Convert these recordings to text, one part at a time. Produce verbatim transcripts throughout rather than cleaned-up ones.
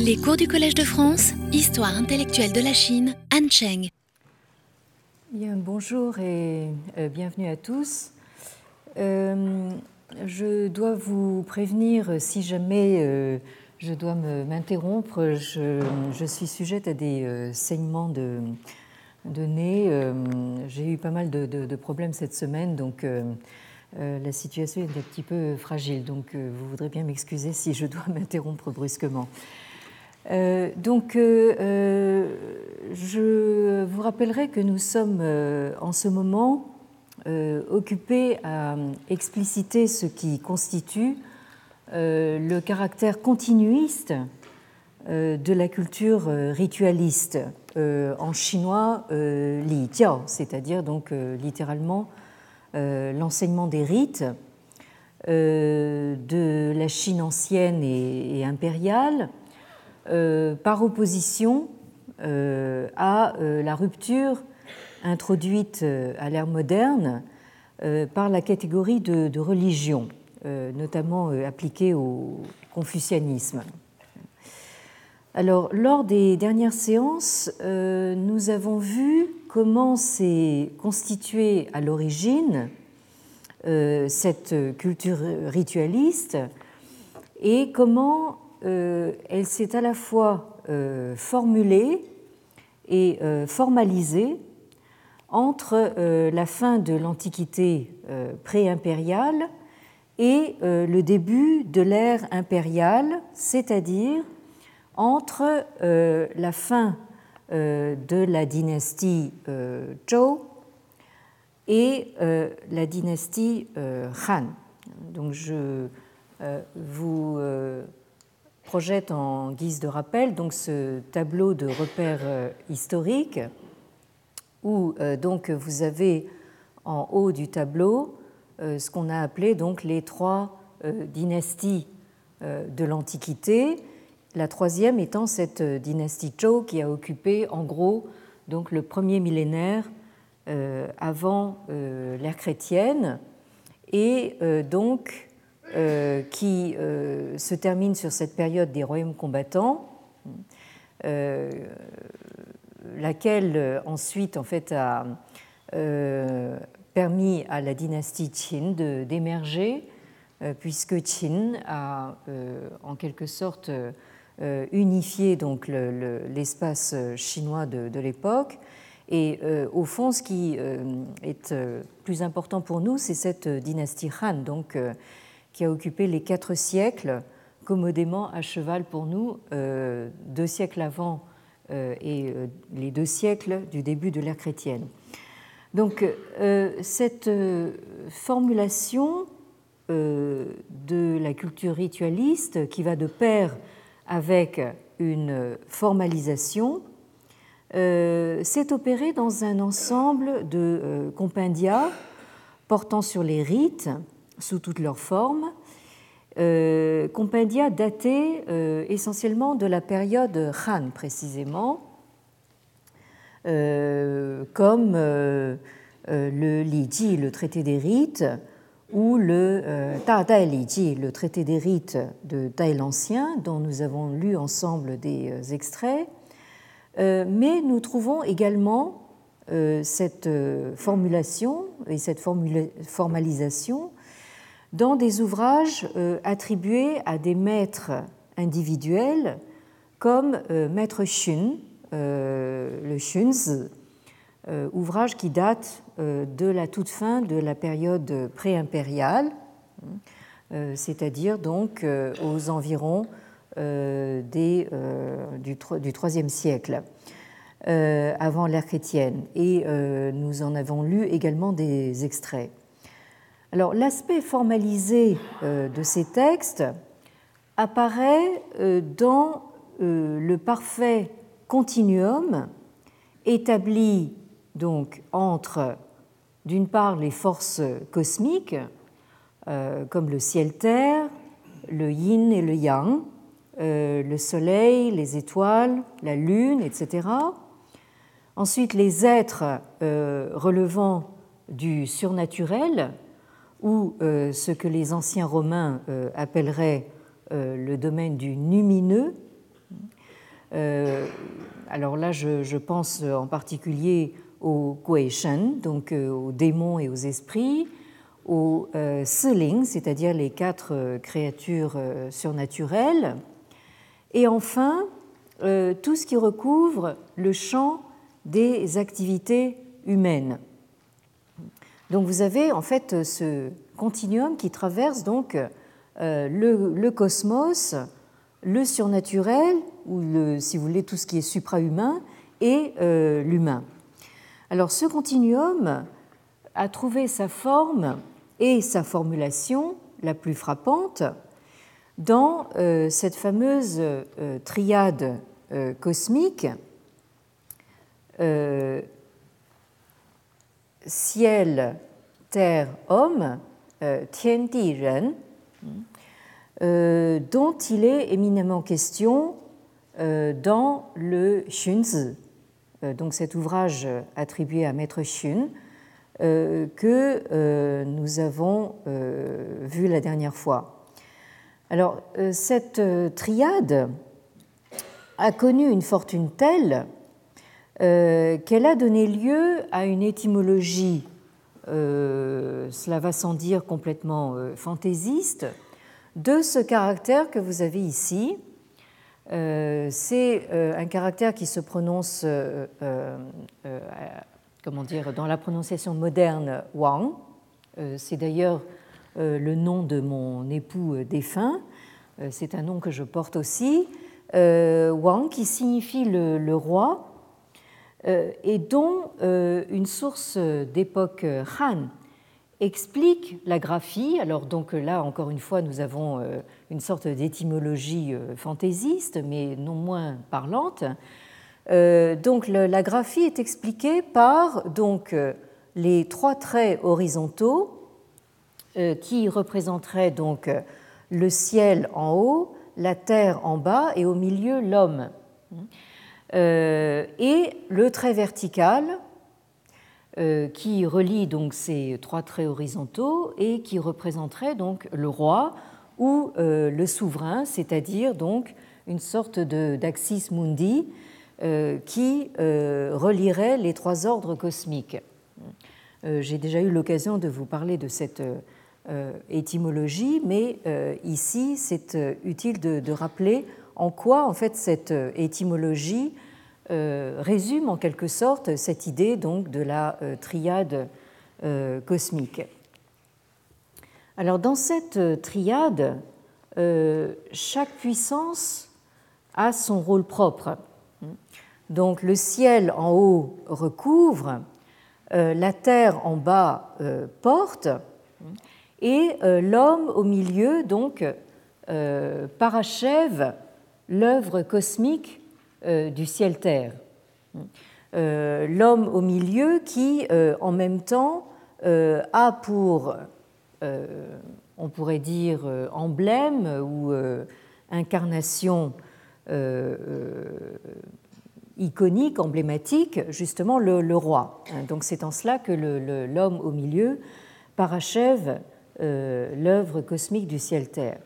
Les cours du Collège de France, Histoire intellectuelle de la Chine, Anne Cheng. Bien, bonjour et euh, bienvenue à tous. Euh, je dois vous prévenir si jamais euh, je dois m'interrompre. Je, je suis sujette à des euh, saignements de, de nez. Euh, J'ai eu pas mal de, de, de problèmes cette semaine, donc euh, euh, la situation est un petit peu fragile. Donc euh, vous voudrez bien m'excuser si je dois m'interrompre brusquement. Euh, donc, euh, euh, je vous rappellerai que nous sommes euh, en ce moment euh, occupés à expliciter ce qui constitue euh, le caractère continuiste euh, de la culture euh, ritualiste, euh, en chinois euh, li jiao, c'est-à-dire donc euh, littéralement euh, l'enseignement des rites euh, de la Chine ancienne et, et impériale. Euh, par opposition euh, à euh, la rupture introduite euh, à l'ère moderne euh, par la catégorie de, de religion, euh, notamment euh, appliquée au confucianisme. Alors, lors des dernières séances, euh, nous avons vu comment s'est constituée à l'origine euh, cette culture ritualiste et comment Euh, elle s'est à la fois euh, formulée et euh, formalisée entre euh, la fin de l'Antiquité euh, pré-impériale et euh, le début de l'ère impériale, c'est-à-dire entre euh, la fin euh, de la dynastie euh, Zhou et euh, la dynastie euh, Han. Donc je euh, vous euh, projette en guise de rappel donc ce tableau de repères euh, historiques où euh, donc vous avez en haut du tableau euh, ce qu'on a appelé donc les trois euh, dynasties euh, de l'Antiquité, la troisième étant cette dynastie Zhou qui a occupé en gros donc le premier millénaire euh, avant euh, l'ère chrétienne et euh, donc Euh, qui euh, se termine sur cette période des royaumes combattants, euh, laquelle euh, ensuite en fait a euh, permis à la dynastie Qin de, d'émerger, euh, puisque Qin a euh, en quelque sorte euh, unifié donc le, le, l'espace chinois de, de l'époque. Et euh, au fond, ce qui euh, est euh, plus important pour nous, c'est cette dynastie Han, donc euh, qui a occupé les quatre siècles, commodément à cheval pour nous, euh, deux siècles avant euh, et euh, les deux siècles du début de l'ère chrétienne. Donc, euh, cette euh, formulation euh, de la culture ritualiste qui va de pair avec une formalisation euh, s'est opérée dans un ensemble de euh, compendia portant sur les rites sous toutes leurs formes, euh, compendia datés euh, essentiellement de la période Han précisément, euh, comme euh, euh, le Li Ji, le traité des rites, ou le euh, Da Dai Li Ji, le traité des rites de Dai l'Ancien, dont nous avons lu ensemble des euh, extraits, euh, mais nous trouvons également euh, cette euh, formulation et cette formula- formalisation dans des ouvrages euh, attribués à des maîtres individuels comme euh, maître Xun, euh, le Xunzi, euh, ouvrage qui date euh, de la toute fin de la période pré-impériale, euh, c'est-à-dire donc euh, aux environs euh, des, euh, du, du troisième siècle, euh, avant l'ère chrétienne. Et euh, nous en avons lu également des extraits. Alors, l'aspect formalisé de ces textes apparaît dans le parfait continuum établi donc entre, d'une part, les forces cosmiques, comme le ciel-terre, le yin et le yang, le soleil, les étoiles, la lune, et cetera. Ensuite, les êtres relevant du surnaturel, ou euh, ce que les anciens Romains euh, appelleraient euh, le domaine du numineux, Euh, alors là, je, je pense en particulier aux Guishen, donc euh, aux démons et aux esprits, aux euh, Siling, c'est-à-dire les quatre euh, créatures euh, surnaturelles, et enfin euh, tout ce qui recouvre le champ des activités humaines. Donc vous avez en fait ce continuum qui traverse donc euh, le, le cosmos, le surnaturel, ou le, si vous voulez tout ce qui est suprahumain, et euh, l'humain. Alors ce continuum a trouvé sa forme et sa formulation la plus frappante dans euh, cette fameuse euh, triade euh, cosmique euh, ciel, terre, homme, euh, Tian Di Ren, euh, dont il est éminemment question euh, dans le Xunzi, euh, donc cet ouvrage attribué à Maître Xun, euh, que euh, nous avons euh, vu la dernière fois. Alors, euh, cette euh, triade a connu une fortune telle euh, qu'elle a donné lieu à une étymologie, euh, cela va sans dire complètement euh, fantaisiste, de ce caractère que vous avez ici. Euh, c'est euh, un caractère qui se prononce, euh, euh, euh, comment dire, dans la prononciation moderne Wang. Euh, c'est d'ailleurs euh, le nom de mon époux défunt. Euh, c'est un nom que je porte aussi. Euh, Wang, qui signifie le, le roi, euh, et dont euh, une source d'époque Han explique la graphie. Alors donc là, encore une fois, nous avons une sorte d'étymologie fantaisiste, mais non moins parlante. Euh, donc le, la graphie est expliquée par donc, les trois traits horizontaux euh, qui représenteraient donc le ciel en haut, la terre en bas et au milieu l'homme. Euh, et le trait vertical Euh, qui relie donc ces trois traits horizontaux et qui représenterait donc le roi ou euh, le souverain, c'est-à-dire donc une sorte de, d'axis mundi euh, qui euh, relierait les trois ordres cosmiques. Euh, j'ai déjà eu l'occasion de vous parler de cette euh, étymologie, mais euh, ici c'est euh, utile de, de rappeler en quoi en fait cette étymologie Euh, résume en quelque sorte cette idée donc de la euh, triade euh, cosmique. Alors dans cette euh, triade, euh, chaque puissance a son rôle propre. Donc le ciel en haut recouvre, euh, la terre en bas euh, porte, et euh, l'homme au milieu donc euh, parachève l'œuvre cosmique Euh, du ciel-terre. Euh, l'homme au milieu qui, euh, en même temps, euh, a pour, euh, on pourrait dire, euh, emblème ou euh, incarnation euh, euh, iconique, emblématique, justement le, le roi. Donc c'est en cela que le, le, l'homme au milieu parachève euh, l'œuvre cosmique du ciel-terre.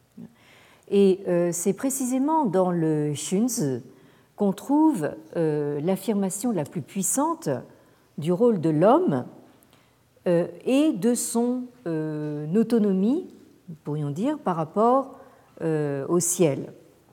Et euh, c'est précisément dans le Xunzi qu'on trouve euh, l'affirmation la plus puissante du rôle de l'homme euh, et de son euh, autonomie, pourrions dire, par rapport euh, au ciel.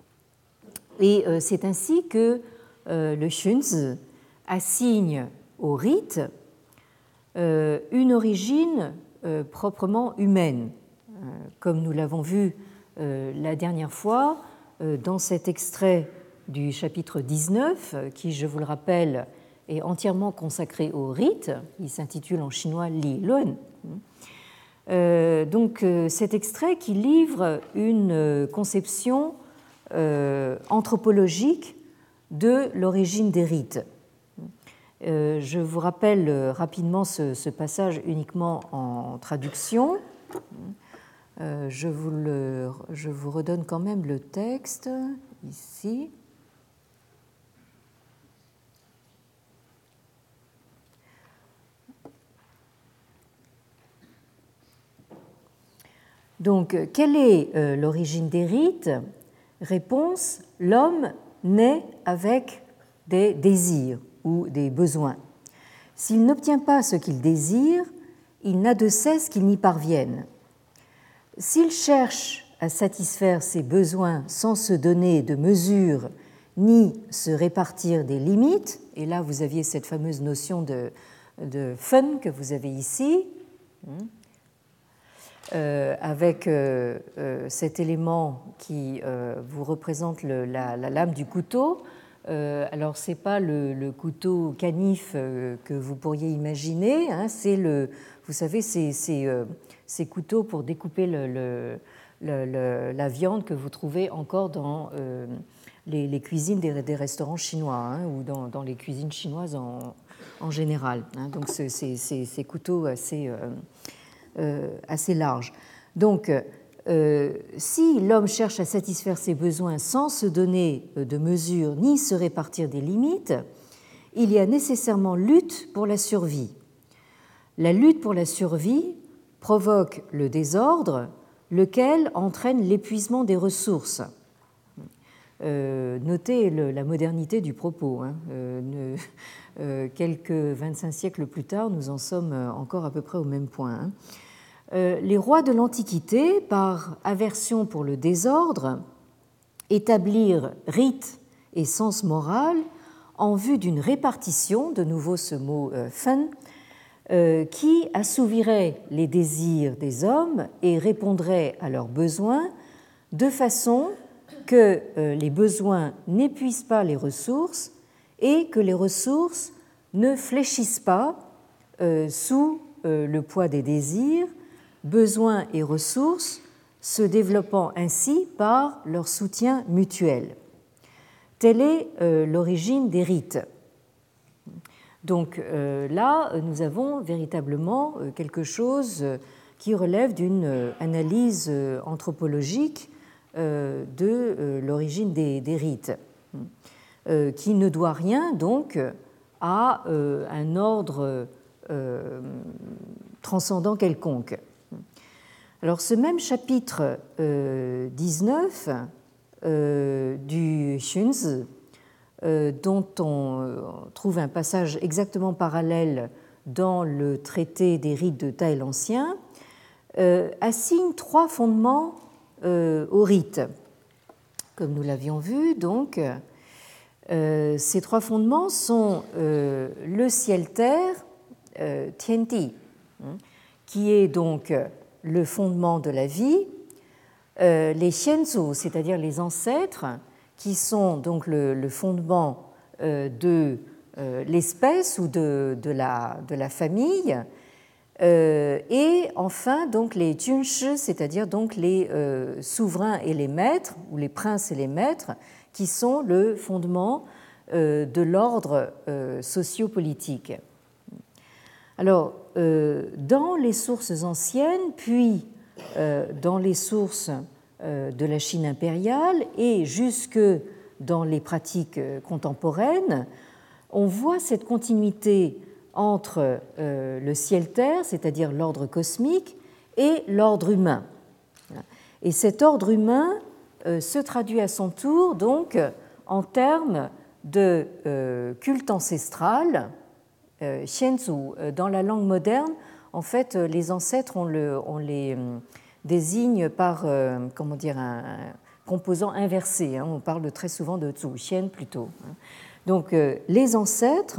Et euh, c'est ainsi que euh, le Xunzi assigne au rite euh, une origine euh, proprement humaine, euh, comme nous l'avons vu euh, la dernière fois euh, dans cet extrait du chapitre dix-neuf, qui, je vous le rappelle, est entièrement consacré au rite. Il s'intitule en chinois Li Lun. Euh, donc, euh, cet extrait qui livre une conception euh, anthropologique de l'origine des rites. Euh, je vous rappelle rapidement ce, ce passage uniquement en traduction. Euh, je, vous le, je vous redonne quand même le texte ici. Donc, quelle est l'origine des rites ? Réponse, l'homme naît avec des désirs ou des besoins. S'il n'obtient pas ce qu'il désire, il n'a de cesse qu'il n'y parvienne. S'il cherche à satisfaire ses besoins sans se donner de mesures ni se répartir des limites, et là vous aviez cette fameuse notion de, de fun que vous avez ici, euh, avec euh, euh, cet élément qui euh, vous représente le, la, la lame du couteau. Euh, alors ce n'est pas le, le couteau canif euh, que vous pourriez imaginer, hein, c'est le, vous savez, c'est, c'est, euh, ces couteaux pour découper le, le, le, le, la viande que vous trouvez encore dans euh, les, les cuisines des, des restaurants chinois, hein, ou dans, dans les cuisines chinoises en, en général. Hein. Donc c'est, c'est, c'est ces couteaux assez, euh, euh, assez larges. Donc euh, si l'homme cherche à satisfaire ses besoins sans se donner de mesures ni se répartir des limites, il y a nécessairement lutte pour la survie. La lutte pour la survie provoque le désordre, lequel entraîne l'épuisement des ressources. Euh, notez le, la modernité du propos. Hein. Euh, ne, euh, quelques vingt-cinq siècles plus tard, nous en sommes encore à peu près au même point. Hein. Euh, les rois de l'Antiquité, par aversion pour le désordre, établirent rites et sens moral en vue d'une répartition, de nouveau ce mot euh, fun, euh, qui assouvirait les désirs des hommes et répondrait à leurs besoins de façon que euh, les besoins n'épuisent pas les ressources et que les ressources ne fléchissent pas euh, sous euh, le poids des désirs, besoins et ressources se développant ainsi par leur soutien mutuel. Telle est euh, l'origine des rites. Donc euh, là, nous avons véritablement quelque chose qui relève d'une analyse anthropologique euh, de euh, l'origine des, des rites, euh, qui ne doit rien donc à euh, un ordre euh, transcendant quelconque. Alors ce même chapitre euh, dix-neuf euh, du Xunzi, euh, dont on euh, trouve un passage exactement parallèle dans le traité des rites de Taï l'Ancien, euh, assigne trois fondements euh, aux rites. Comme nous l'avions vu, donc, euh, ces trois fondements sont euh, le ciel-terre, euh, Tianti, hein, qui est donc le fondement de la vie, euh, les xianzu, c'est-à-dire les ancêtres, qui sont donc le, le fondement euh, de euh, l'espèce ou de, de, la, de la famille, euh, et enfin donc les junshi, c'est-à-dire donc les euh, souverains et les maîtres, ou les princes et les maîtres, qui sont le fondement euh, de l'ordre euh, sociopolitique. Alors, euh, dans les sources anciennes, puis euh, dans les sources euh, de la Chine impériale et jusque dans les pratiques euh, contemporaines, on voit cette continuité entre euh, le ciel-terre, c'est-à-dire l'ordre cosmique, et l'ordre humain. Et cet ordre humain euh, se traduit à son tour donc en termes de euh, culte ancestral, euh, xianzu. Dans la langue moderne, en fait, les ancêtres, on, le, on les désigne par euh, comment dire, un, un composant inversé. Hein. On parle très souvent de zu, xian plutôt. Donc, euh, les ancêtres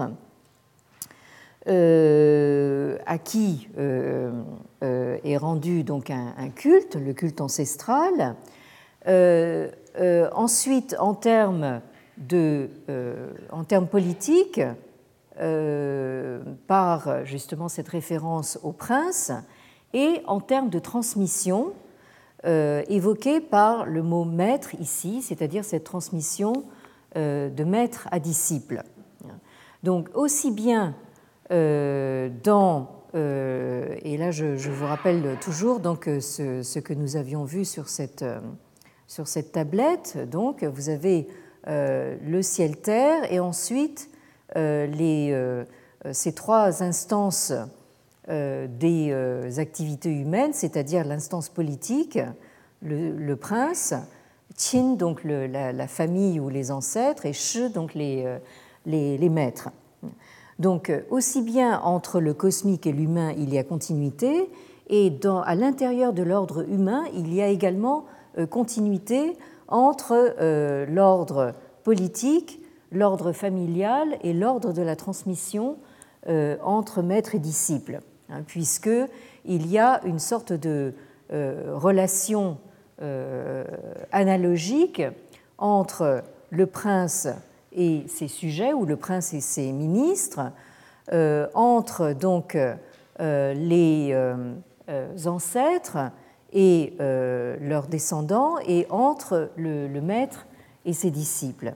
euh, à qui euh, euh, est rendu donc un, un culte, le culte ancestral. Euh, euh, ensuite, en termes, de, euh, en termes politiques, euh, par justement cette référence au prince, et en termes de transmission, euh, évoquée par le mot maître ici, c'est-à-dire cette transmission euh, de maître à disciple. Donc, aussi bien euh, dans, euh, et là je, je vous rappelle toujours donc, ce, ce que nous avions vu sur cette, euh, sur cette tablette, donc vous avez euh, le ciel-terre et ensuite euh, les, euh, ces trois instances euh, des euh, activités humaines, c'est-à-dire l'instance politique, le, le prince, Qin, donc le, la, la famille ou les ancêtres, et Shi, donc les, les, les maîtres. Donc, aussi bien entre le cosmique et l'humain, il y a continuité, et dans, à l'intérieur de l'ordre humain, il y a également euh, continuité entre euh, l'ordre politique, l'ordre familial et l'ordre de la transmission euh, entre maître et disciple, hein, puisqu'il y a une sorte de euh, relation euh, analogique entre le prince et ses sujets, ou le prince et ses ministres, euh, entre donc euh, les euh, ancêtres et euh, leurs descendants, et entre le, le maître et ses disciples.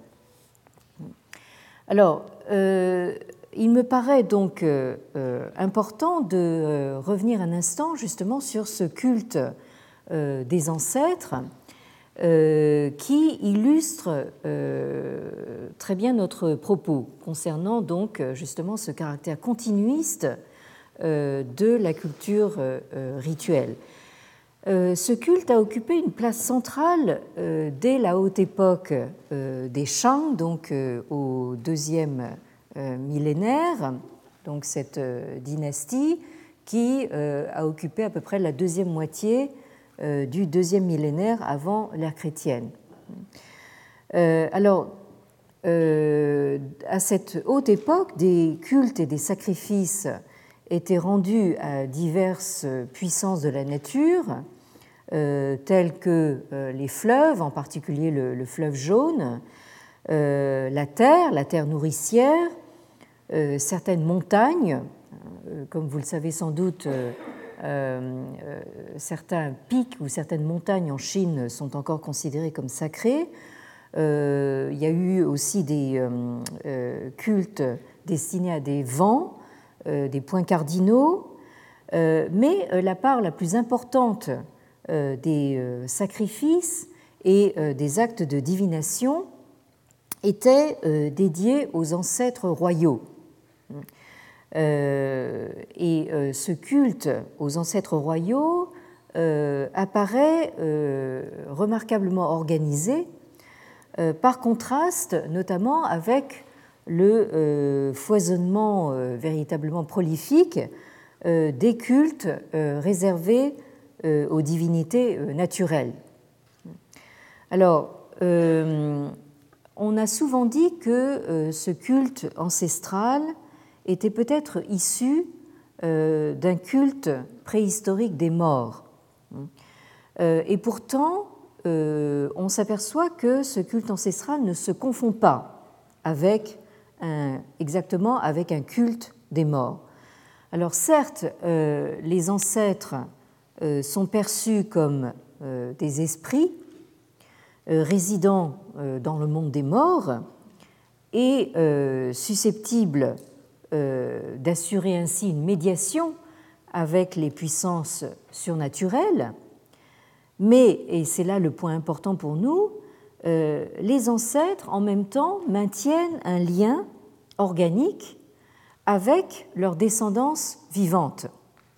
Alors, euh, il me paraît donc euh, important de euh, revenir un instant justement sur ce culte euh, des ancêtres, Euh, qui illustre euh, très bien notre propos concernant donc justement ce caractère continuiste euh, de la culture euh, rituelle. Euh, ce culte a occupé une place centrale euh, dès la haute époque euh, des Shang, donc euh, au deuxième euh, millénaire, donc cette euh, dynastie qui euh, a occupé à peu près la deuxième moitié du deuxième millénaire avant l'ère chrétienne. Euh, alors, euh, à cette haute époque, des cultes et des sacrifices étaient rendus à diverses puissances de la nature, euh, telles que euh, les fleuves, en particulier le, le fleuve jaune, euh, la terre, la terre nourricière, euh, certaines montagnes, euh, comme vous le savez sans doute, euh, Euh, euh, certains pics ou certaines montagnes en Chine sont encore considérées comme sacrées. Euh, il y a eu aussi des euh, euh, cultes destinés à des vents, euh, des points cardinaux, euh, mais euh, la part la plus importante euh, des euh, sacrifices et euh, des actes de divination était euh, dédiée aux ancêtres royaux. Euh, et euh, ce culte aux ancêtres royaux euh, apparaît euh, remarquablement organisé, euh, par contraste notamment avec le euh, foisonnement euh, véritablement prolifique euh, des cultes euh, réservés euh, aux divinités euh, naturelles. Alors, euh, on a souvent dit que euh, ce culte ancestral était peut-être issu euh, d'un culte préhistorique des morts. Euh, et pourtant, euh, on s'aperçoit que ce culte ancestral ne se confond pas avec un, exactement avec un culte des morts. Alors certes, euh, les ancêtres euh, sont perçus comme euh, des esprits euh, résidant euh, dans le monde des morts et euh, susceptibles Euh, d'assurer ainsi une médiation avec les puissances surnaturelles, mais, et c'est là le point important pour nous, euh, les ancêtres en même temps maintiennent un lien organique avec leur descendance vivante.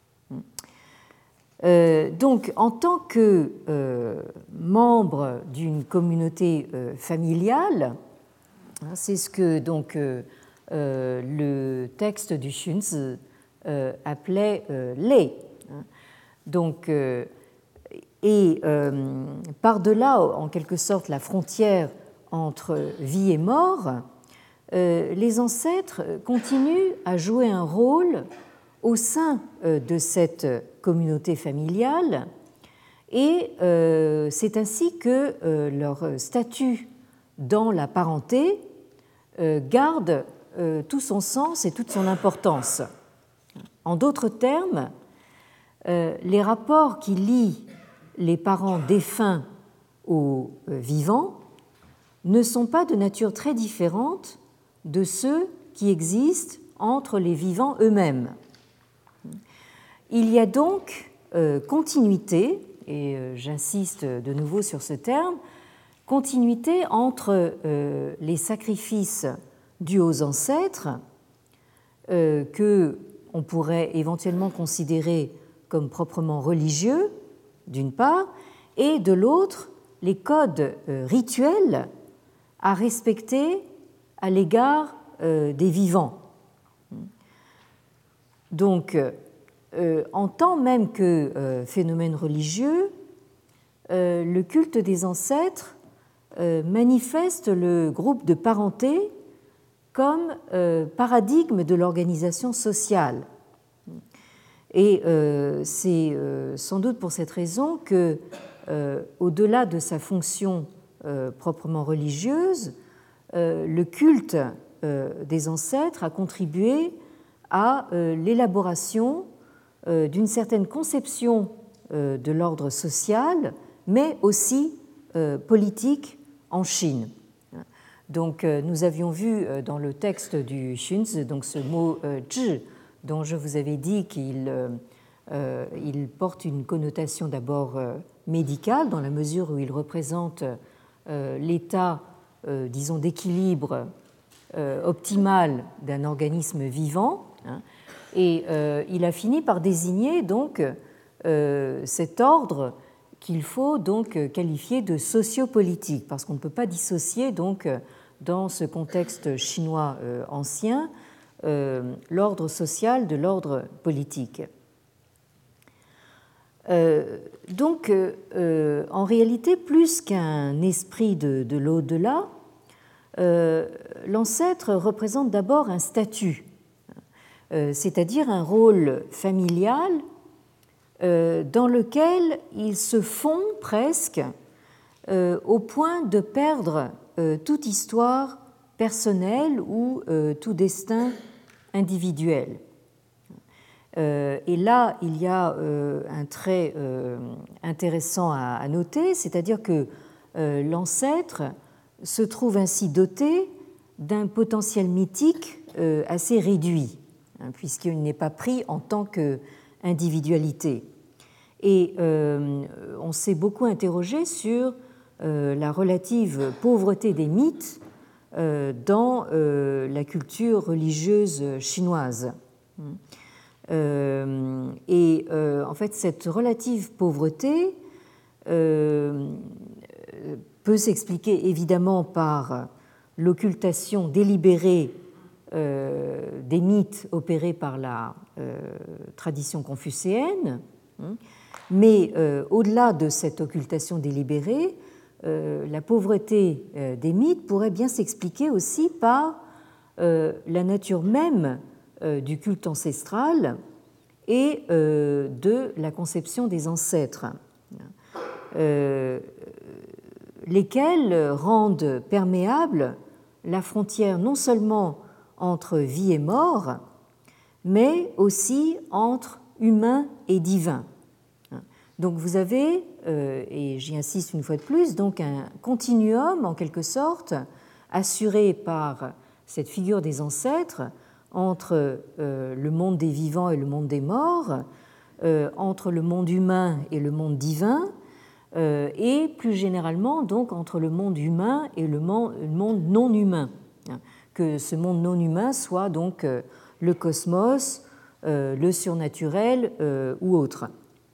Euh, donc, en tant que euh, membre d'une communauté euh, familiale, hein, c'est ce que donc euh, Euh, le texte du Xunzi euh, appelait euh, lei. Donc, euh, et euh, par-delà, en quelque sorte, la frontière entre vie et mort, euh, les ancêtres continuent à jouer un rôle au sein euh, de cette communauté familiale, et euh, c'est ainsi que euh, leur statut dans la parenté euh, garde Euh, tout son sens et toute son importance. En d'autres termes, euh, les rapports qui lient les parents défunts aux euh, vivants ne sont pas de nature très différente de ceux qui existent entre les vivants eux-mêmes. Il y a donc euh, continuité, et euh, j'insiste de nouveau sur ce terme, continuité entre euh, les sacrifices dus aux ancêtres, euh, qu'on pourrait éventuellement considérer comme proprement religieux, d'une part, et de l'autre, les codes rituels à respecter à l'égard des vivants. Donc, en tant même que phénomène religieux, le culte des ancêtres manifeste le groupe de parenté comme paradigme de l'organisation sociale. Et euh, c'est euh, sans doute pour cette raison que, euh, au-delà de sa fonction euh, proprement religieuse, euh, le culte euh, des ancêtres a contribué à euh, l'élaboration euh, d'une certaine conception euh, de l'ordre social, mais aussi euh, politique en Chine. Donc, euh, nous avions vu euh, dans le texte du Xunzi, donc ce mot euh, zhi, dont je vous avais dit qu'il euh, il porte une connotation d'abord euh, médicale, dans la mesure où il représente euh, l'état, euh, disons, d'équilibre euh, optimal d'un organisme vivant, hein, et euh, il a fini par désigner donc euh, cet ordre qu'il faut donc qualifier de sociopolitique, parce qu'on ne peut pas dissocier donc dans ce contexte chinois euh, ancien Euh, l'ordre social de l'ordre politique. Euh, donc, euh, en réalité, plus qu'un esprit de, de l'au-delà, euh, l'ancêtre représente d'abord un statut, euh, c'est-à-dire un rôle familial euh, dans lequel il se fond presque euh, au point de perdre euh, toute histoire personnelle ou euh, tout destin individuel. Euh, et là, il y a euh, un trait euh, intéressant à, à noter, c'est-à-dire que euh, l'ancêtre se trouve ainsi doté d'un potentiel mythique euh, assez réduit, hein, puisqu'il n'est pas pris en tant qu'individualité. Et euh, on s'est beaucoup interrogé sur euh, la relative pauvreté des mythes dans la culture religieuse chinoise. Et en fait, cette relative pauvreté peut s'expliquer évidemment par l'occultation délibérée des mythes opérés par la tradition confucéenne, mais au-delà de cette occultation délibérée, Euh, la pauvreté euh, des mythes pourrait bien s'expliquer aussi par euh, la nature même euh, du culte ancestral et euh, de la conception des ancêtres, euh, lesquels rendent perméable la frontière non seulement entre vie et mort, mais aussi entre humain et divin. Donc vous avez, euh, et j'y insiste une fois de plus, donc un continuum en quelque sorte assuré par cette figure des ancêtres entre euh, le monde des vivants et le monde des morts, euh, entre le monde humain et le monde divin, euh, et plus généralement donc entre le monde humain et le monde, le monde non humain. Que ce monde non humain soit donc euh, le cosmos, euh, le surnaturel euh, ou autre.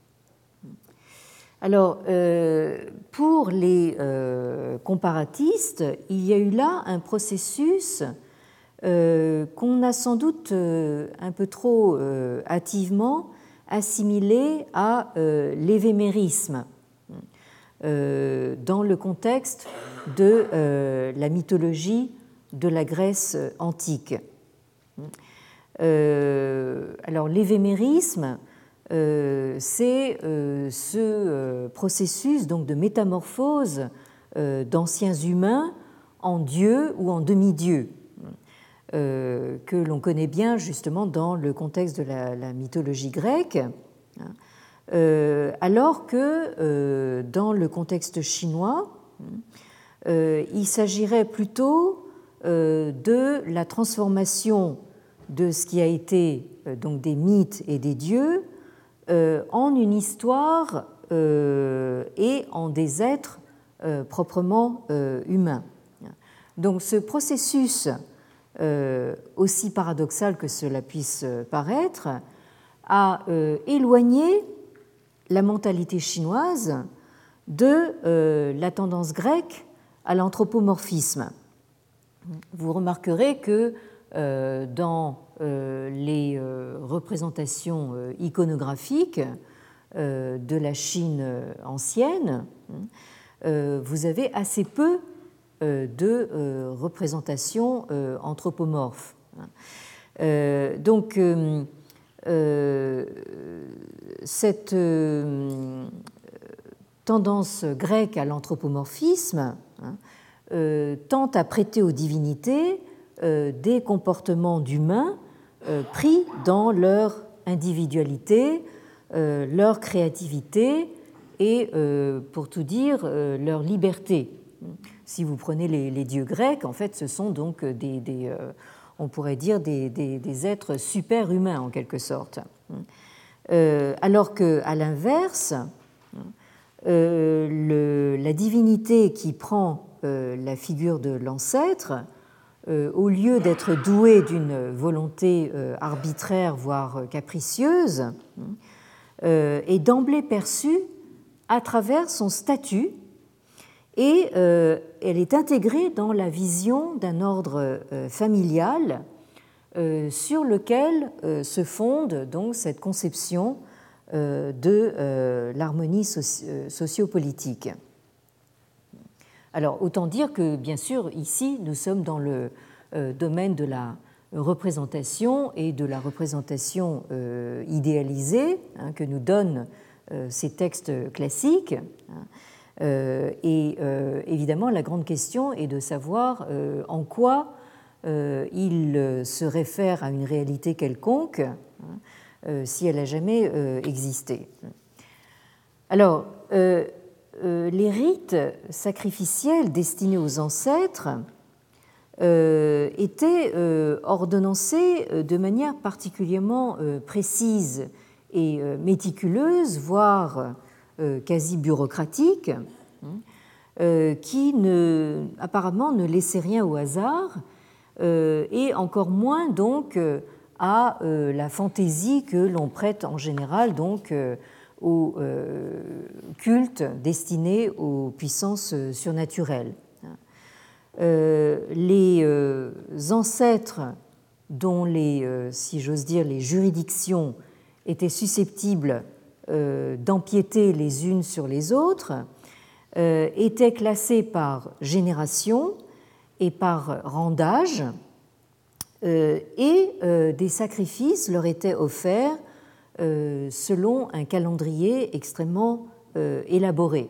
Alors, euh, pour les euh, comparatistes, il y a eu là un processus euh, qu'on a sans doute euh, un peu trop euh, hâtivement assimilé à euh, l'évémérisme euh, dans le contexte de euh, la mythologie de la Grèce antique. Euh, alors, l'évémérisme, Euh, c'est euh, ce euh, processus donc, de métamorphose euh, d'anciens humains en dieux ou en demi-dieux, euh, que l'on connaît bien justement dans le contexte de la, la mythologie grecque, euh, alors que euh, dans le contexte chinois, euh, il s'agirait plutôt euh, de la transformation de ce qui a été euh, donc des mythes et des dieux Euh, en une histoire euh, et en des êtres euh, proprement euh, humains. Donc ce processus, euh, aussi paradoxal que cela puisse paraître, a euh, éloigné la mentalité chinoise de euh, la tendance grecque à l'anthropomorphisme. Vous remarquerez que euh, dans euh, les euh, représentations euh, iconographiques euh, de la Chine ancienne, euh, vous avez assez peu euh, de euh, représentations euh, anthropomorphes. Euh, donc, euh, euh, cette euh, tendance grecque à l'anthropomorphisme hein, euh, tend à prêter aux divinités euh, des comportements d'humains euh, pris dans leur individualité, euh, leur créativité et, euh, pour tout dire, euh, leur liberté. Si vous prenez les, les dieux grecs, en fait, ce sont donc des, des euh, on pourrait dire des, des, des êtres super-humains en quelque sorte. Euh, alors qu'à l'inverse, euh, le, la divinité qui prend euh, la figure de l'ancêtre, euh, au lieu d'être douée d'une volonté euh, arbitraire, voire capricieuse, euh, est d'emblée perçue à travers son statut et euh, elle est intégrée dans la vision d'un ordre euh, familial euh, sur lequel euh, se fonde donc cette conception euh, de euh, l'harmonie soci- sociopolitique. Alors, autant dire que, bien sûr, ici, nous sommes dans le euh, domaine de la représentation et de la représentation euh, idéalisée hein, que nous donnent euh, ces textes classiques. Hein. Euh, et euh, évidemment, la grande question est de savoir euh, en quoi euh, il se réfère à une réalité quelconque, hein, euh, si elle n'a jamais euh, existé. Alors, euh, euh, les rites sacrificiels destinés aux ancêtres euh, étaient euh, ordonnancés de manière particulièrement euh, précise et euh, méticuleuse, voire euh, quasi bureaucratique, euh, qui ne, apparemment ne laissait rien au hasard, euh, et encore moins donc à euh, la fantaisie que l'on prête en général donc euh, au euh, culte destiné aux puissances surnaturelles. Euh, les euh, ancêtres dont les, euh, si j'ose dire, les juridictions étaient susceptibles euh, d'empiéter les unes sur les autres euh, étaient classés par génération et par rang d'âge, euh, et euh, des sacrifices leur étaient offerts euh, selon un calendrier extrêmement euh, élaboré.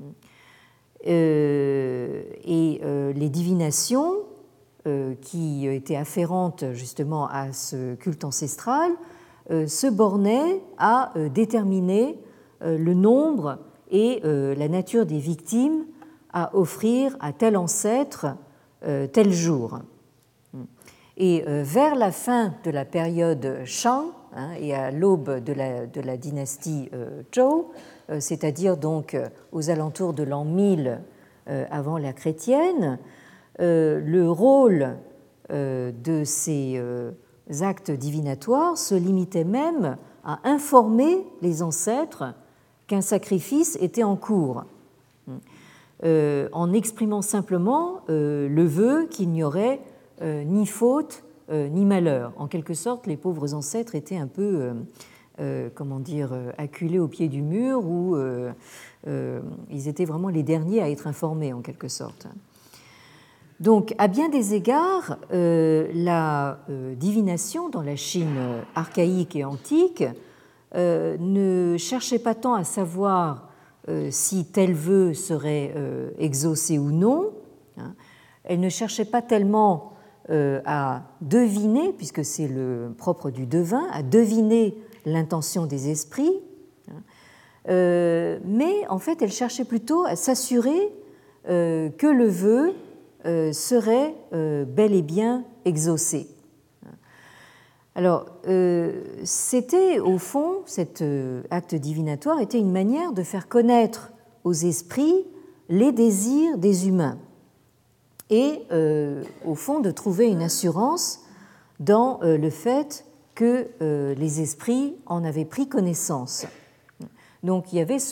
Euh, et euh, les divinations euh, qui étaient afférentes justement à ce culte ancestral euh, se bornaient à euh, déterminer euh, le nombre et euh, la nature des victimes à offrir à tel ancêtre euh, tel jour. Et euh, vers la fin de la période Shang hein, et à l'aube de la, de la dynastie euh, Zhou, euh, c'est-à-dire donc euh, aux alentours de l'an mille euh, avant l'ère chrétienne, euh, le rôle euh, de ces euh, actes divinatoires se limitait même à informer les ancêtres qu'un sacrifice était en cours, euh, en exprimant simplement euh, le vœu qu'il n'y aurait euh, ni faute euh, ni malheur. En quelque sorte, les pauvres ancêtres étaient un peu, euh, euh, comment dire, acculés au pied du mur, ou euh, euh, ils étaient vraiment les derniers à être informés, en quelque sorte. Donc, à bien des égards, euh, la euh, divination dans la Chine archaïque et antique euh, ne cherchait pas tant à savoir euh, si tel vœu serait euh, exaucé ou non. Hein. Elle ne cherchait pas tellement euh, à deviner, puisque c'est le propre du devin, à deviner l'intention des esprits, hein. euh, mais en fait, elle cherchait plutôt à s'assurer euh, que le vœu euh, serait euh, bel et bien exaucé. Alors, euh, c'était au fond, cet euh, acte divinatoire était une manière de faire connaître aux esprits les désirs des humains et, euh, au fond, de trouver une assurance dans euh, le fait que euh, les esprits en avaient pris connaissance. Donc, il y avait ce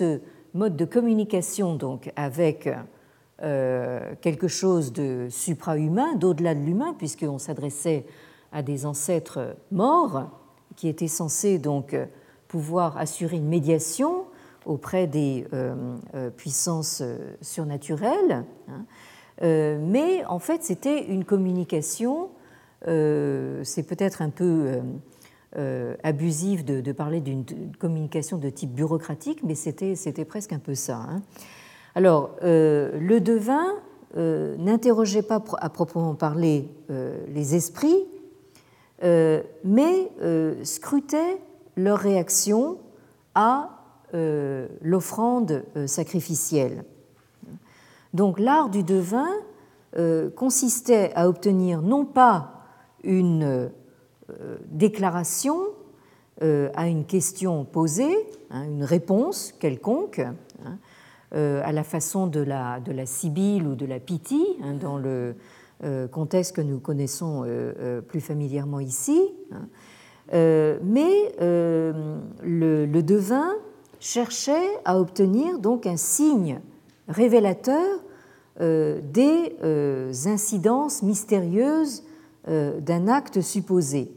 mode de communication donc, avec euh, quelque chose de supra-humain, d'au-delà de l'humain, puisqu'on s'adressait à des ancêtres morts qui étaient censés donc pouvoir assurer une médiation auprès des euh, euh, puissances surnaturelles. Hein. Euh, mais en fait, c'était une communication, euh, c'est peut-être un peu euh, euh, abusif de, de parler d'une communication de type bureaucratique, mais c'était, c'était presque un peu ça. Hein. Alors, euh, le devin euh, n'interrogeait pas à proprement parler euh, les esprits, euh, mais euh, scrutait leur réaction à euh, l'offrande euh, sacrificielle. Donc l'art du devin euh, consistait à obtenir non pas une euh, déclaration euh, à une question posée, hein, une réponse quelconque, hein, euh, à la façon de la, de la sibylle ou de la pythie, hein, dans le euh, contexte que nous connaissons euh, euh, plus familièrement ici, hein, euh, mais euh, le, le devin cherchait à obtenir donc un signe révélateur euh, des euh, incidences mystérieuses euh, d'un acte supposé.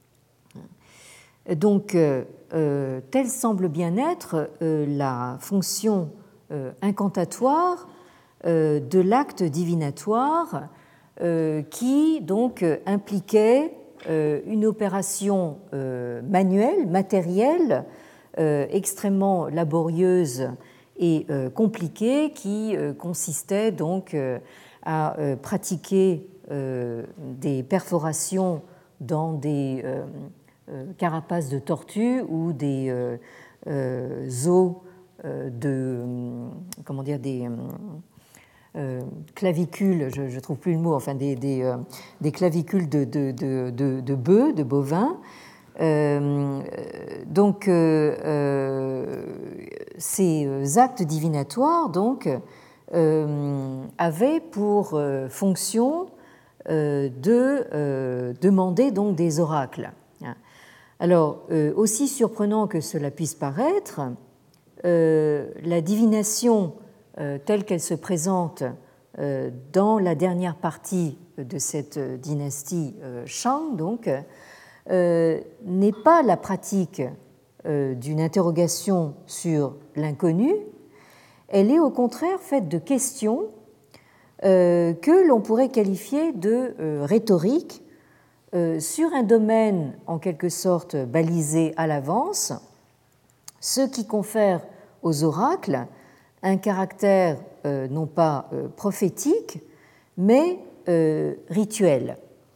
Donc, euh, euh, telle semble bien être euh, la fonction euh, incantatoire euh, de l'acte divinatoire euh, qui donc impliquait euh, une opération euh, manuelle, matérielle, euh, extrêmement laborieuse et euh, compliquée, qui euh, consistait donc euh, à euh, pratiquer euh, des perforations dans des euh, euh, carapaces de tortue ou des euh, euh, os euh, de euh, comment dire des euh, clavicules, je ne trouve plus le mot, enfin des, des, euh, des clavicules de, de, de, de, de bœufs, de bovins. Euh, donc, euh, euh, ces actes divinatoires donc, euh, avaient pour euh, fonction euh, de euh, demander donc, des oracles. Alors, euh, aussi surprenant que cela puisse paraître, euh, la divination euh, telle qu'elle se présente euh, dans la dernière partie de cette dynastie euh, Shang, donc, Euh, n'est pas la pratique euh, d'une interrogation sur l'inconnu, elle est au contraire faite de questions euh, que l'on pourrait qualifier de euh, rhétorique euh, sur un domaine en quelque sorte balisé à l'avance, ce qui confère aux oracles un caractère euh, non pas euh, prophétique, mais euh, rituel.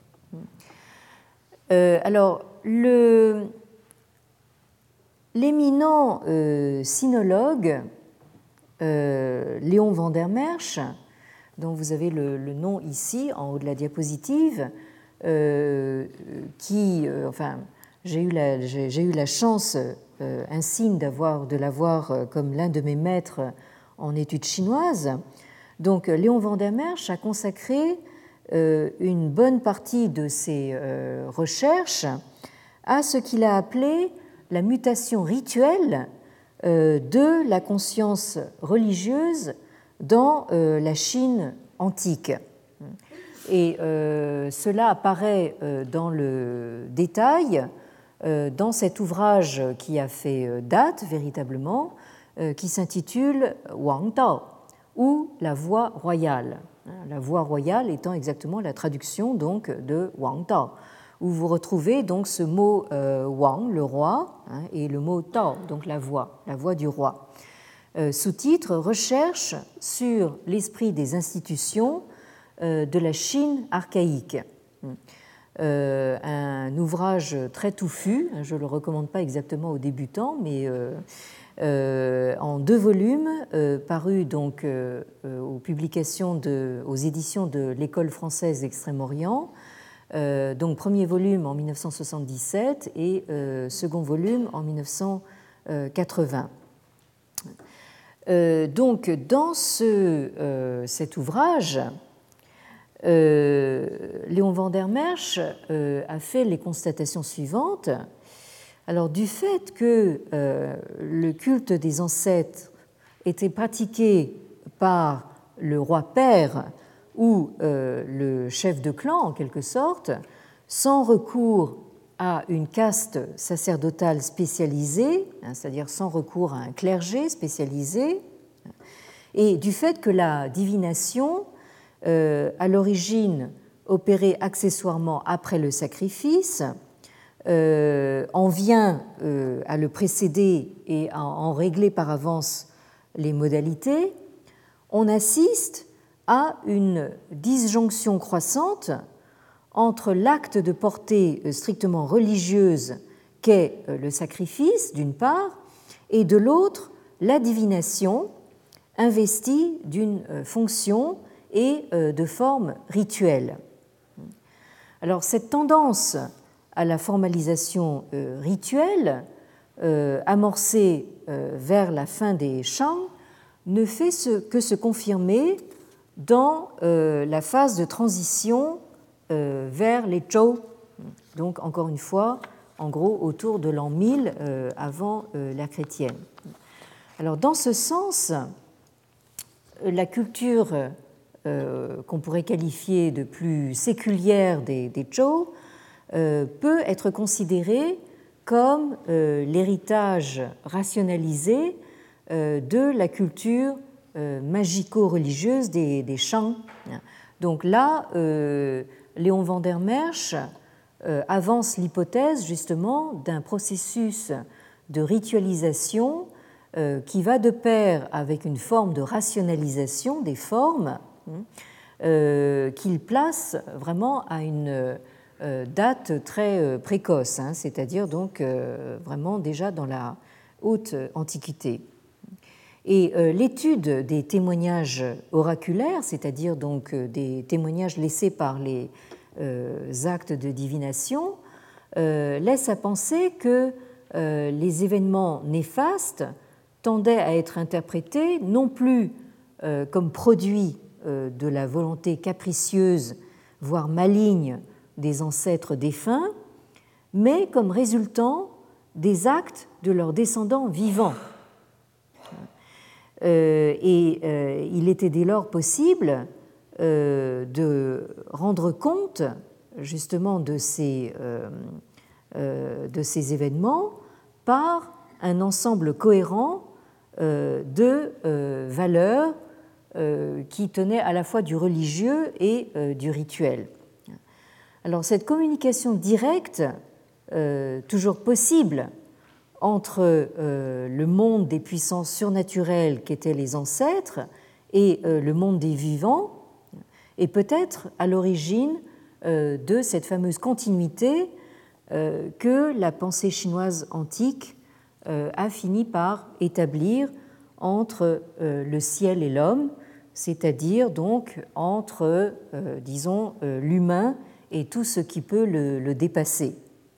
Euh, alors, le, l'éminent euh, sinologue euh, Léon van der Merch, dont vous avez le, le nom ici en haut de la diapositive, euh, qui, euh, enfin, j'ai eu la, j'ai, j'ai eu la chance euh, insigne d'avoir, de l'avoir euh, comme l'un de mes maîtres en études chinoises. Donc, Léon van der Merch a consacré une bonne partie de ses recherches à ce qu'il a appelé la mutation rituelle de la conscience religieuse dans la Chine antique. Et cela apparaît dans le détail dans cet ouvrage qui a fait date véritablement, qui s'intitule Wang Dao, ou la voie royale. La voie royale étant exactement la traduction donc de Wang Dao, où vous retrouvez donc ce mot euh, Wang, le roi, hein, et le mot Dao, donc la voie, la voie du roi. Euh, sous-titre Recherche sur l'esprit des institutions euh, de la Chine archaïque. Euh, un ouvrage très touffu, je ne le recommande pas exactement aux débutants, mais euh, Euh, en deux volumes, euh, parus donc euh, aux publications de, aux éditions de l'École française d'Extrême-Orient. Euh, donc premier volume en mille neuf cent soixante-dix-sept et euh, second volume en mille neuf cent quatre-vingts. Euh, donc dans ce, euh, cet ouvrage, euh, Léon van der Merch euh, a fait les constatations suivantes. Alors, du fait que euh, le culte des ancêtres était pratiquée par le roi père ou euh, le chef de clan, en quelque sorte, sans recours à une caste sacerdotale spécialisée, hein, c'est-à-dire sans recours à un clergé spécialisé, et du fait que la divination, euh, à l'origine opérée accessoirement après le sacrifice, euh, en vient euh, à le précéder et à en régler par avance les modalités, on assiste à une disjonction croissante entre l'acte de portée strictement religieuse qu'est le sacrifice, d'une part, et de l'autre, la divination, investie d'une fonction et de forme rituelle. Alors, cette tendance à la formalisation rituelle, amorcée vers la fin des Shang, ne fait que se confirmer dans la phase de transition vers les Zhou, donc encore une fois, en gros, autour de l'an mille avant l'ère chrétienne. Alors, dans ce sens, la culture euh, qu'on pourrait qualifier de plus séculière des, des Zhou euh, peut être considérée comme euh, l'héritage rationalisé euh, de la culture euh, magico-religieuse des, des Shang. Donc là, euh, Léon van der Merch euh, avance l'hypothèse justement d'un processus de ritualisation euh, qui va de pair avec une forme de rationalisation des formes euh, qu'il place vraiment à une euh, date très euh, précoce, hein, c'est-à-dire donc euh, vraiment déjà dans la haute Antiquité. Et euh, l'étude des témoignages oraculaires, c'est-à-dire donc euh, des témoignages laissés par les euh, actes de divination, euh, laisse à penser que euh, les événements néfastes tendaient à être interprétés non plus euh, comme produits euh, de la volonté capricieuse, voire maligne des ancêtres défunts, mais comme résultant des actes de leurs descendants vivants. Euh, et euh, il était dès lors possible euh, de rendre compte justement de ces, euh, euh, de ces événements par un ensemble cohérent euh, de euh, valeurs euh, qui tenaient à la fois du religieux et euh, du rituel. Alors cette communication directe, euh, toujours possible, entre euh, le monde des puissances surnaturelles qu'étaient les ancêtres et euh, le monde des vivants, est peut-être à l'origine euh, de cette fameuse continuité euh, que la pensée chinoise antique euh, a fini par établir entre euh, le ciel et l'homme, c'est-à-dire donc entre, euh, disons, euh, l'humain et tout ce qui peut le, le dépasser.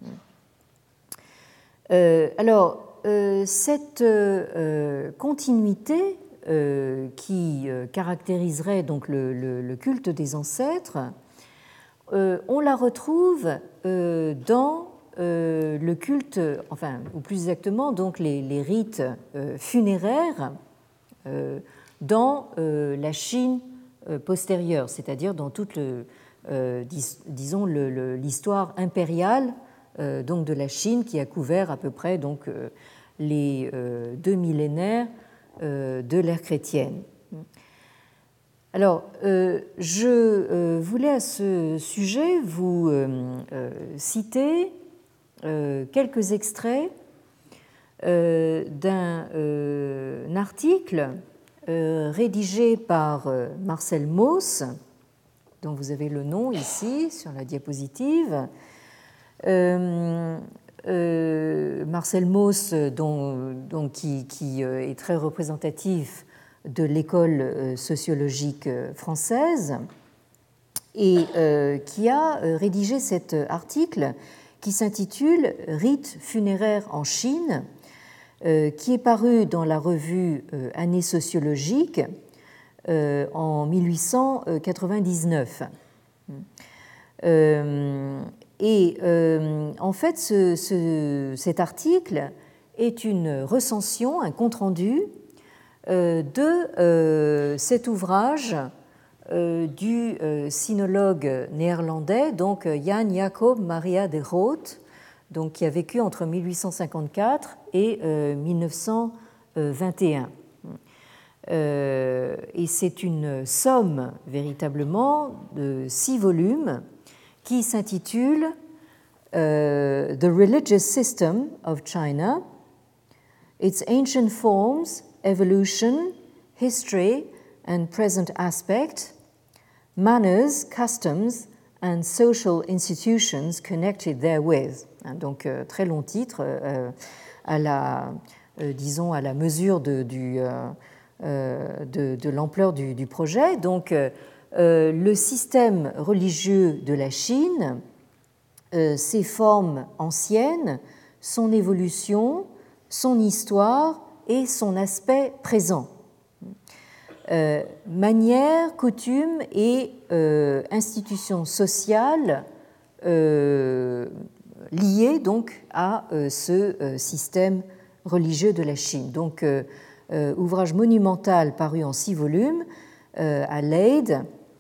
Euh, alors, euh, cette euh, continuité euh, qui euh, caractériserait donc le, le, le culte des ancêtres, euh, on la retrouve euh, dans euh, le culte, enfin, ou plus exactement, donc les, les rites euh, funéraires euh, dans euh, la Chine euh, postérieure, c'est-à-dire dans toute le, euh, dis, disons, le, le, l'histoire impériale Euh, donc de la Chine, qui a couvert à peu près donc, euh, les euh, deux millénaires euh, de l'ère chrétienne. Alors, euh, je euh, voulais à ce sujet vous euh, euh, citer euh, quelques extraits euh, d'un euh, article euh, rédigé par euh, Marcel Mauss, dont vous avez le nom ici sur la diapositive. Euh, euh, Marcel Mauss, dont, dont, qui, qui est très représentatif de l'école sociologique française, et euh, qui a rédigé cet article qui s'intitule « Rites funéraires en Chine », euh, qui est paru dans la revue euh, Année sociologique euh, en mille huit cent quatre-vingt-dix-neuf. Euh, Et euh, en fait, ce, ce, cet article est une recension, un compte-rendu euh, de euh, cet ouvrage euh, du euh, sinologue néerlandais, donc Jan Jacob Maria de Groot, donc, qui a vécu entre mille huit cent cinquante-quatre et euh, mille neuf cent vingt et un. Euh, et c'est une somme véritablement de six volumes qui s'intitule uh, The Religious System of China, Its Ancient Forms, Evolution, History and Present Aspect, Manners, Customs and Social Institutions Connected Therewith. Donc, euh, très long titre, euh, à la, euh, disons, à la mesure de, du, euh, de, de l'ampleur du, du projet. Donc, euh, le système religieux de la Chine, euh, ses formes anciennes, son évolution, son histoire et son aspect présent. Euh, manières, coutumes et euh, institutions sociales euh, liées donc à euh, ce euh, système religieux de la Chine. Donc, euh, euh, ouvrage monumental paru en six volumes euh, à Leyde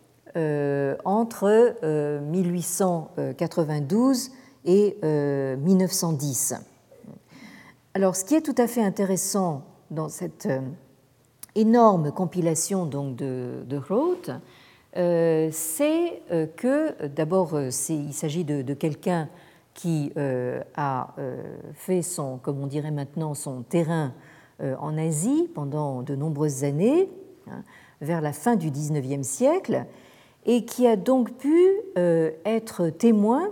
euh, entre euh, mille huit cent quatre-vingt-douze et euh, mille neuf cent dix. Alors, ce qui est tout à fait intéressant dans cette euh, énorme compilation donc, de, de Groot, euh, c'est euh, que, d'abord, euh, il s'agit de, de quelqu'un qui euh, a euh, fait son, comme on dirait maintenant, son terrain euh, en Asie pendant de nombreuses années, hein, vers la fin du dix-neuvième siècle, et qui a donc pu euh, être témoin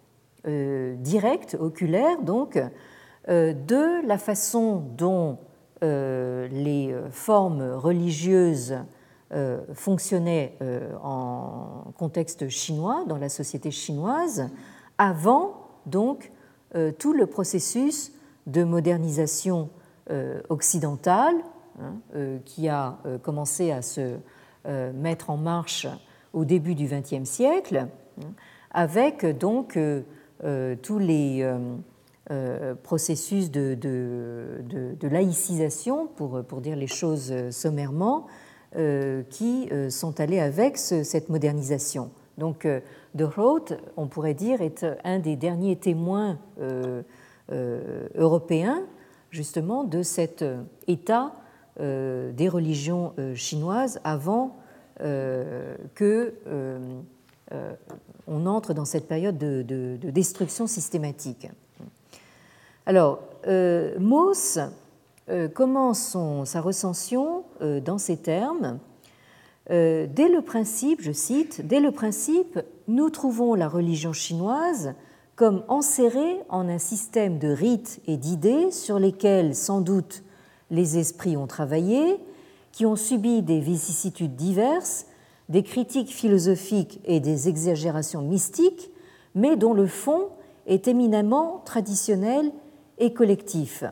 euh, direct, oculaire, donc, euh, de la façon dont euh, les formes religieuses euh, fonctionnaient euh, en contexte chinois, dans la société chinoise, avant donc euh, tout le processus de modernisation euh, occidentale hein, euh, qui a euh, commencé à se euh, mettre en marche au début du vingtième siècle, hein, avec donc euh, euh, tous les euh, euh, processus de, de, de, de laïcisation, pour, pour dire les choses sommairement, euh, qui euh, sont allés avec ce, cette modernisation. Donc, euh, de Groot, on pourrait dire, est un des derniers témoins euh, euh, européens, justement, de cet état euh, des religions euh, chinoises avant euh, que euh, euh, on entre dans cette période de, de, de destruction systématique. Alors, euh, Mauss euh, commence son, sa recension euh, dans ces termes. Euh, dès le principe, je cite, dès le principe, nous trouvons la religion chinoise comme enserrée en un système de rites et d'idées sur lesquels, sans doute, les esprits ont travaillé, qui ont subi des vicissitudes diverses, des critiques philosophiques et des exagérations mystiques, mais dont le fond est éminemment traditionnel et collectif.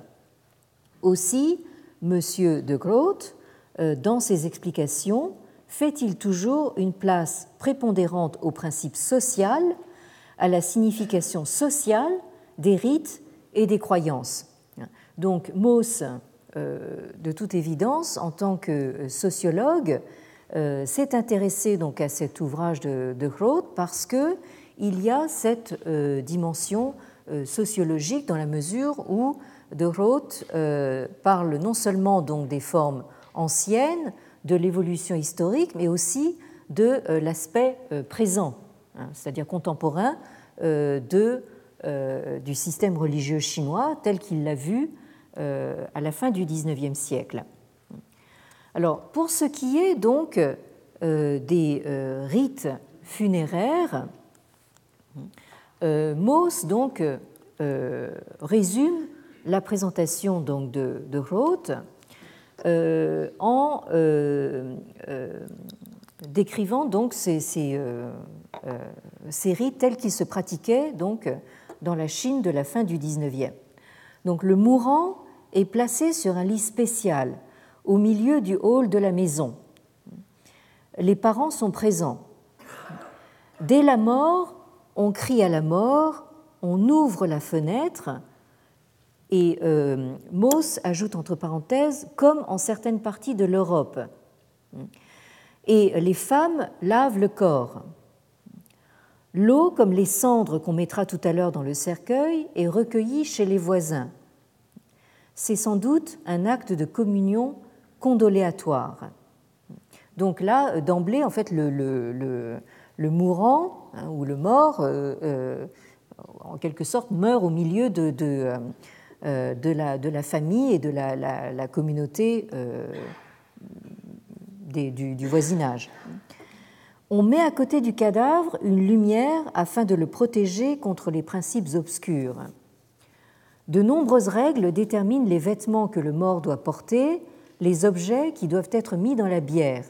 Aussi, M. de Groot, euh, dans ses explications, fait-il toujours une place prépondérante au principe social, à la signification sociale des rites et des croyances. Donc, Mauss, euh, de toute évidence, en tant que sociologue, euh, s'est intéressé donc à cet ouvrage de, de Groot parce qu'il y a cette euh, dimension euh, sociologique dans la mesure où de Groot euh, parle non seulement donc des formes anciennes, de l'évolution historique, mais aussi de euh, l'aspect euh, présent, hein, c'est-à-dire contemporain, euh, de, euh, du système religieux chinois tel qu'il l'a vu euh, à la fin du dix-neuvième siècle. Alors, pour ce qui est donc euh, des euh, rites funéraires, euh, Mauss donc euh, résume la présentation donc de, de Groot Euh, en euh, euh, décrivant donc ces, ces, euh, euh, ces rites tels qu'ils se pratiquaient donc dans la Chine de la fin du dix-neuvième. Donc le mourant est placé sur un lit spécial au milieu du hall de la maison. Les parents sont présents. Dès la mort, on crie à la mort, on ouvre la fenêtre Et euh, Mauss ajoute entre parenthèses, comme en certaines parties de l'Europe. Et les femmes lavent le corps. L'eau, comme les cendres qu'on mettra tout à l'heure dans le cercueil, est recueillie chez les voisins. C'est sans doute un acte de communion condoléatoire. Donc là, d'emblée, en fait, le, le, le, le mourant hein, ou le mort, euh, euh, en quelque sorte, meurt au milieu de, de, euh, de, la, de la famille et de la, la, la communauté euh, des, du, du voisinage. On met à côté du cadavre une lumière afin de le protéger contre les principes obscurs. De nombreuses règles déterminent les vêtements que le mort doit porter, les objets qui doivent être mis dans la bière.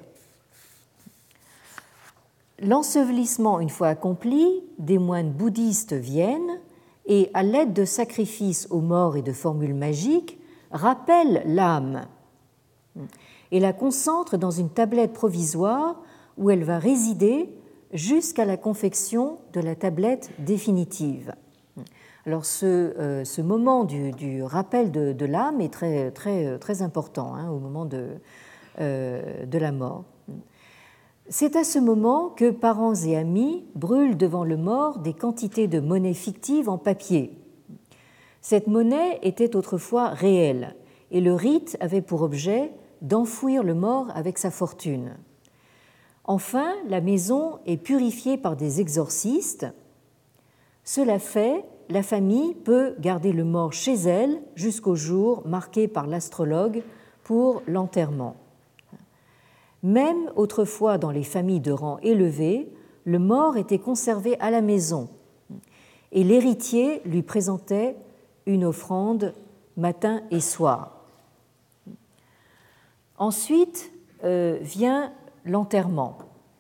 L'ensevelissement, une fois accompli, des moines bouddhistes viennent et, à l'aide de sacrifices aux morts et de formules magiques, rappellent l'âme et la concentrent dans une tablette provisoire où elle va résider jusqu'à la confection de la tablette définitive. Alors ce, euh, ce moment du, du rappel de, de l'âme est très, très, très important hein, au moment de, euh, de la mort. C'est à ce moment que parents et amis brûlent devant le mort des quantités de monnaie fictive en papier. Cette monnaie était autrefois réelle et le rite avait pour objet d'enfouir le mort avec sa fortune. Enfin, la maison est purifiée par des exorcistes. Cela fait, la famille peut garder le mort chez elle jusqu'au jour marqué par l'astrologue pour l'enterrement. Même autrefois dans les familles de rang élevé, le mort était conservé à la maison et l'héritier lui présentait une offrande matin et soir. Ensuite euh, vient l'enterrement.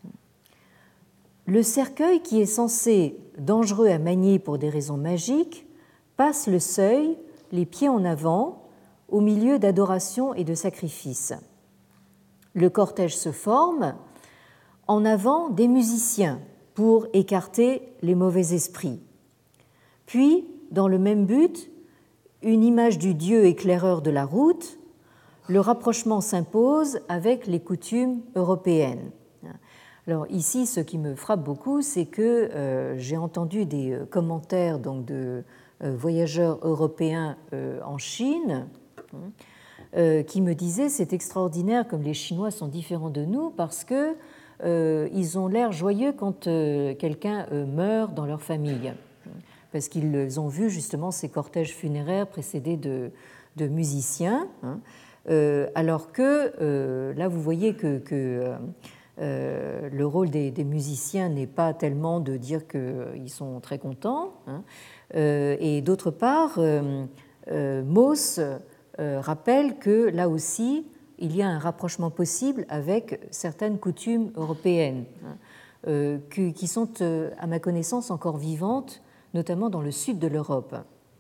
Le cercueil, qui est censé dangereux à manier pour des raisons magiques, passe le seuil, les pieds en avant, au milieu d'adoration et de sacrifices. Le cortège se forme, en avant des musiciens pour écarter les mauvais esprits. Puis, dans le même but, une image du dieu éclaireur de la route, le rapprochement s'impose avec les coutumes européennes. Alors ici, ce qui me frappe beaucoup, c'est que euh, j'ai entendu des commentaires donc, de euh, voyageurs européens euh, en Chine euh, qui me disaient c'est extraordinaire comme les Chinois sont différents de nous parce que euh, ils ont l'air joyeux quand euh, quelqu'un euh, meurt dans leur famille, parce qu'ils ont vu justement ces cortèges funéraires précédés de, de musiciens. Hein. Euh, alors que euh, là, vous voyez que, que euh, le rôle des, des musiciens n'est pas tellement de dire qu'ils euh, sont très contents. Hein. Euh, et d'autre part, euh, euh, Mauss euh, rappelle que là aussi, il y a un rapprochement possible avec certaines coutumes européennes hein, euh, qui, qui sont, euh, à ma connaissance, encore vivantes, notamment dans le sud de l'Europe.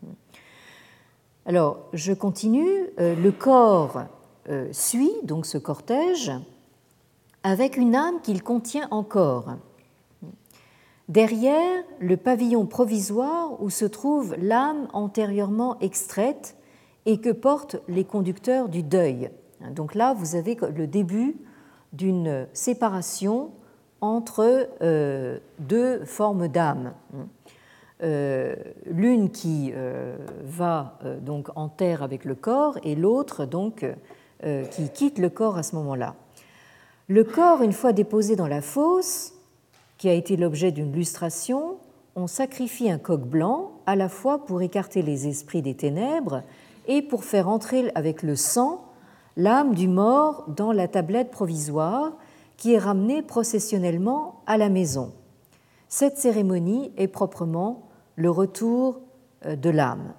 Alors, je continue. Le corps suit donc ce cortège avec une âme qu'il contient encore. Derrière le pavillon provisoire où se trouve l'âme antérieurement extraite et que portent les conducteurs du deuil. Donc là, vous avez le début d'une séparation entre euh, deux formes d'âme. Euh, l'une qui euh, va euh, donc en terre avec le corps et l'autre donc euh, qui quitte le corps à ce moment-là. Le corps, une fois déposé dans la fosse, qui a été l'objet d'une lustration, on sacrifie un coq blanc à la fois pour écarter les esprits des ténèbres et pour faire entrer avec le sang l'âme du mort dans la tablette provisoire qui est ramenée processionnellement à la maison. Cette cérémonie est proprement le retour de l'âme.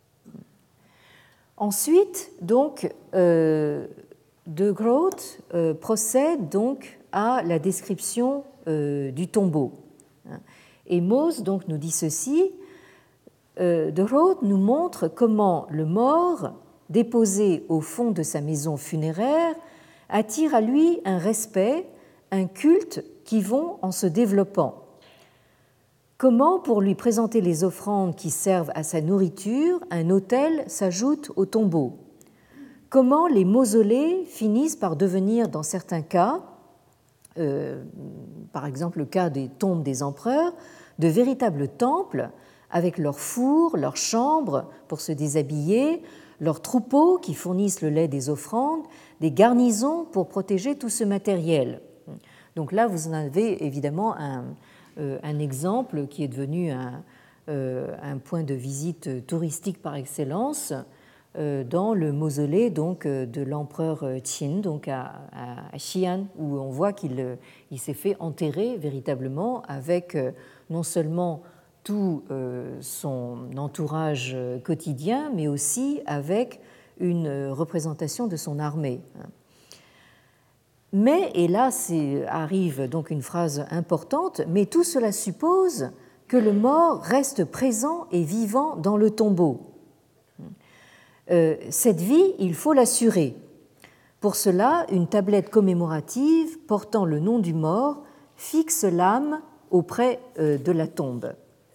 Ensuite, donc, euh, De Groot euh, procède donc à la description euh, du tombeau. Et Mauss donc nous dit ceci. Euh, De Groot nous montre comment le mort, déposé au fond de sa maison funéraire, attire à lui un respect, un culte qui vont en se développant. Comment, pour lui présenter les offrandes qui servent à sa nourriture, un autel s'ajoute au tombeau? Comment les mausolées finissent par devenir, dans certains cas, euh, par exemple le cas des tombes des empereurs, de véritables temples avec leurs fours, leurs chambres pour se déshabiller, leurs troupeaux qui fournissent le lait des offrandes, des garnisons pour protéger tout ce matériel. Donc là, vous en avez évidemment un, euh, un exemple qui est devenu un, euh, un point de visite touristique par excellence euh, dans le mausolée donc, de l'empereur Qin, donc à, à, à Xi'an, où on voit qu'il il s'est fait enterrer véritablement avec euh, non seulement tout euh, son entourage quotidien, mais aussi avec une représentation de son armée. Mais, et là arrive donc une phrase importante, mais tout cela suppose que le mort reste présent et vivant dans le tombeau. Euh, cette vie, il faut l'assurer. Pour cela, une tablette commémorative portant le nom du mort fixe l'âme auprès euh, de la tombe.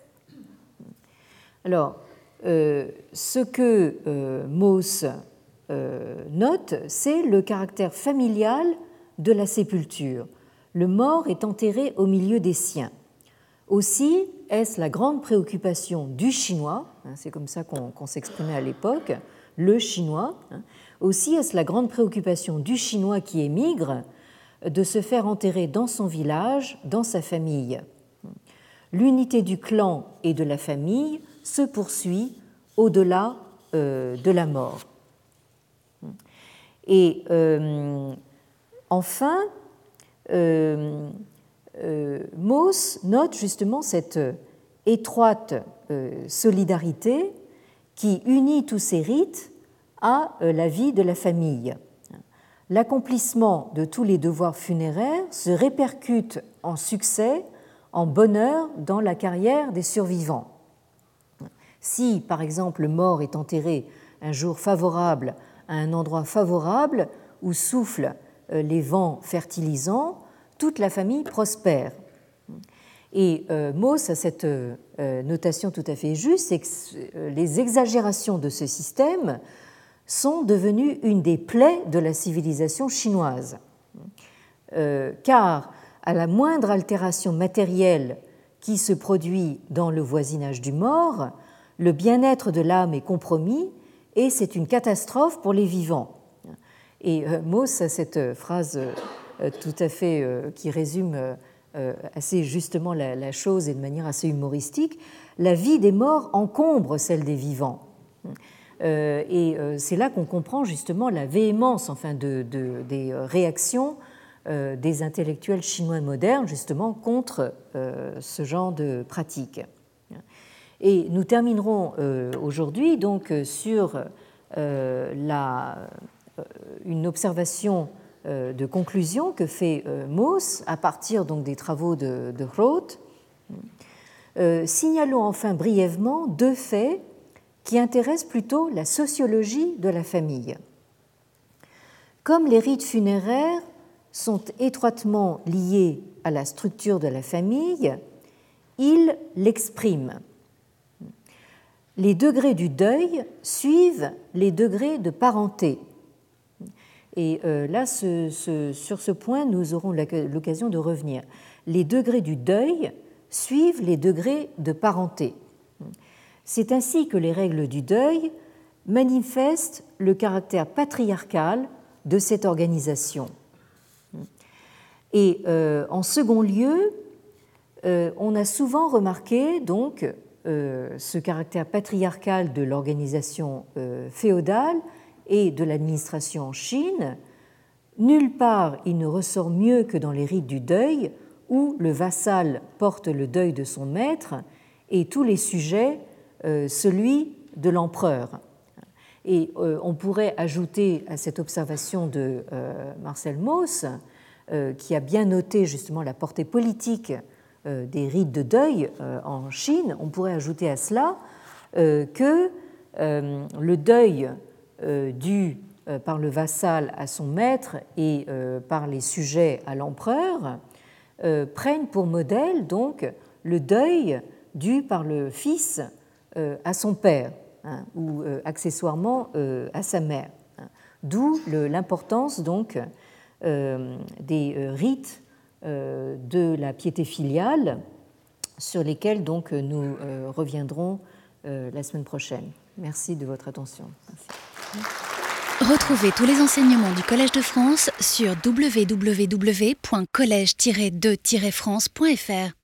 Alors, euh, ce que euh, Mauss euh, note, c'est le caractère familial de la sépulture. Le mort est enterré au milieu des siens. Aussi, est-ce la grande préoccupation du Chinois, hein, c'est comme ça qu'on, qu'on s'exprimait à l'époque, le Chinois, hein, aussi est-ce la grande préoccupation du Chinois qui émigre de se faire enterrer dans son village, dans sa famille. L'unité du clan et de la famille se poursuit au-delà euh, de la mort. Et euh, enfin, euh, euh, Mauss note justement cette étroite euh, solidarité qui unit tous ces rites à euh, la vie de la famille. L'accomplissement de tous les devoirs funéraires se répercute en succès, en bonheur dans la carrière des survivants. Si, par exemple, le mort est enterré un jour favorable à un endroit favorable où soufflent les vents fertilisants, toute la famille prospère. Et euh, Mauss a cette euh, notation tout à fait juste, c'est que euh, les exagérations de ce système sont devenues une des plaies de la civilisation chinoise. Euh, car à la moindre altération matérielle qui se produit dans le voisinage du mort, le bien-être de l'âme est compromis et c'est une catastrophe pour les vivants. Et euh, Mauss a cette phrase euh, tout à fait euh, qui résume euh, assez justement la, la chose et de manière assez humoristique. La vie des morts encombre celle des vivants. Euh, et euh, c'est là qu'on comprend justement la véhémence enfin, de, de, des réactions euh, des intellectuels chinois modernes justement contre euh, ce genre de pratique. Et nous terminerons euh, aujourd'hui donc sur euh, la, euh, une observation euh, de conclusion que fait euh, Mauss à partir donc des travaux de, de Groth. Euh, signalons enfin brièvement deux faits qui intéressent plutôt la sociologie de la famille. Comme les rites funéraires sont étroitement liés à la structure de la famille, ils l'expriment. Les degrés du deuil suivent les degrés de parenté. Et euh, là, ce, ce, sur ce point, nous aurons l'occasion de revenir. Les degrés du deuil suivent les degrés de parenté. C'est ainsi que les règles du deuil manifestent le caractère patriarcal de cette organisation. Et euh, en second lieu, euh, on a souvent remarqué donc euh, ce caractère patriarcal de l'organisation euh, féodale et de l'administration en Chine. Nulle part il ne ressort mieux que dans les rites du deuil où le vassal porte le deuil de son maître et tous les sujets euh, celui de l'empereur. Et euh, on pourrait ajouter à cette observation de euh, Marcel Mauss, euh, qui a bien noté justement la portée politique euh, des rites de deuil euh, en Chine, on pourrait ajouter à cela euh, que euh, le deuil euh, dû euh, par le vassal à son maître et euh, par les sujets à l'empereur euh, prennent pour modèle donc le deuil due par le fils euh, à son père, hein, ou euh, accessoirement euh, à sa mère. Hein. D'où le, l'importance donc euh, des euh, rites euh, de la piété filiale, sur lesquels donc nous euh, reviendrons euh, la semaine prochaine. Merci de votre attention. Merci. Retrouvez tous les enseignements du Collège de France sur w w w point collège tiret de tiret france point f r.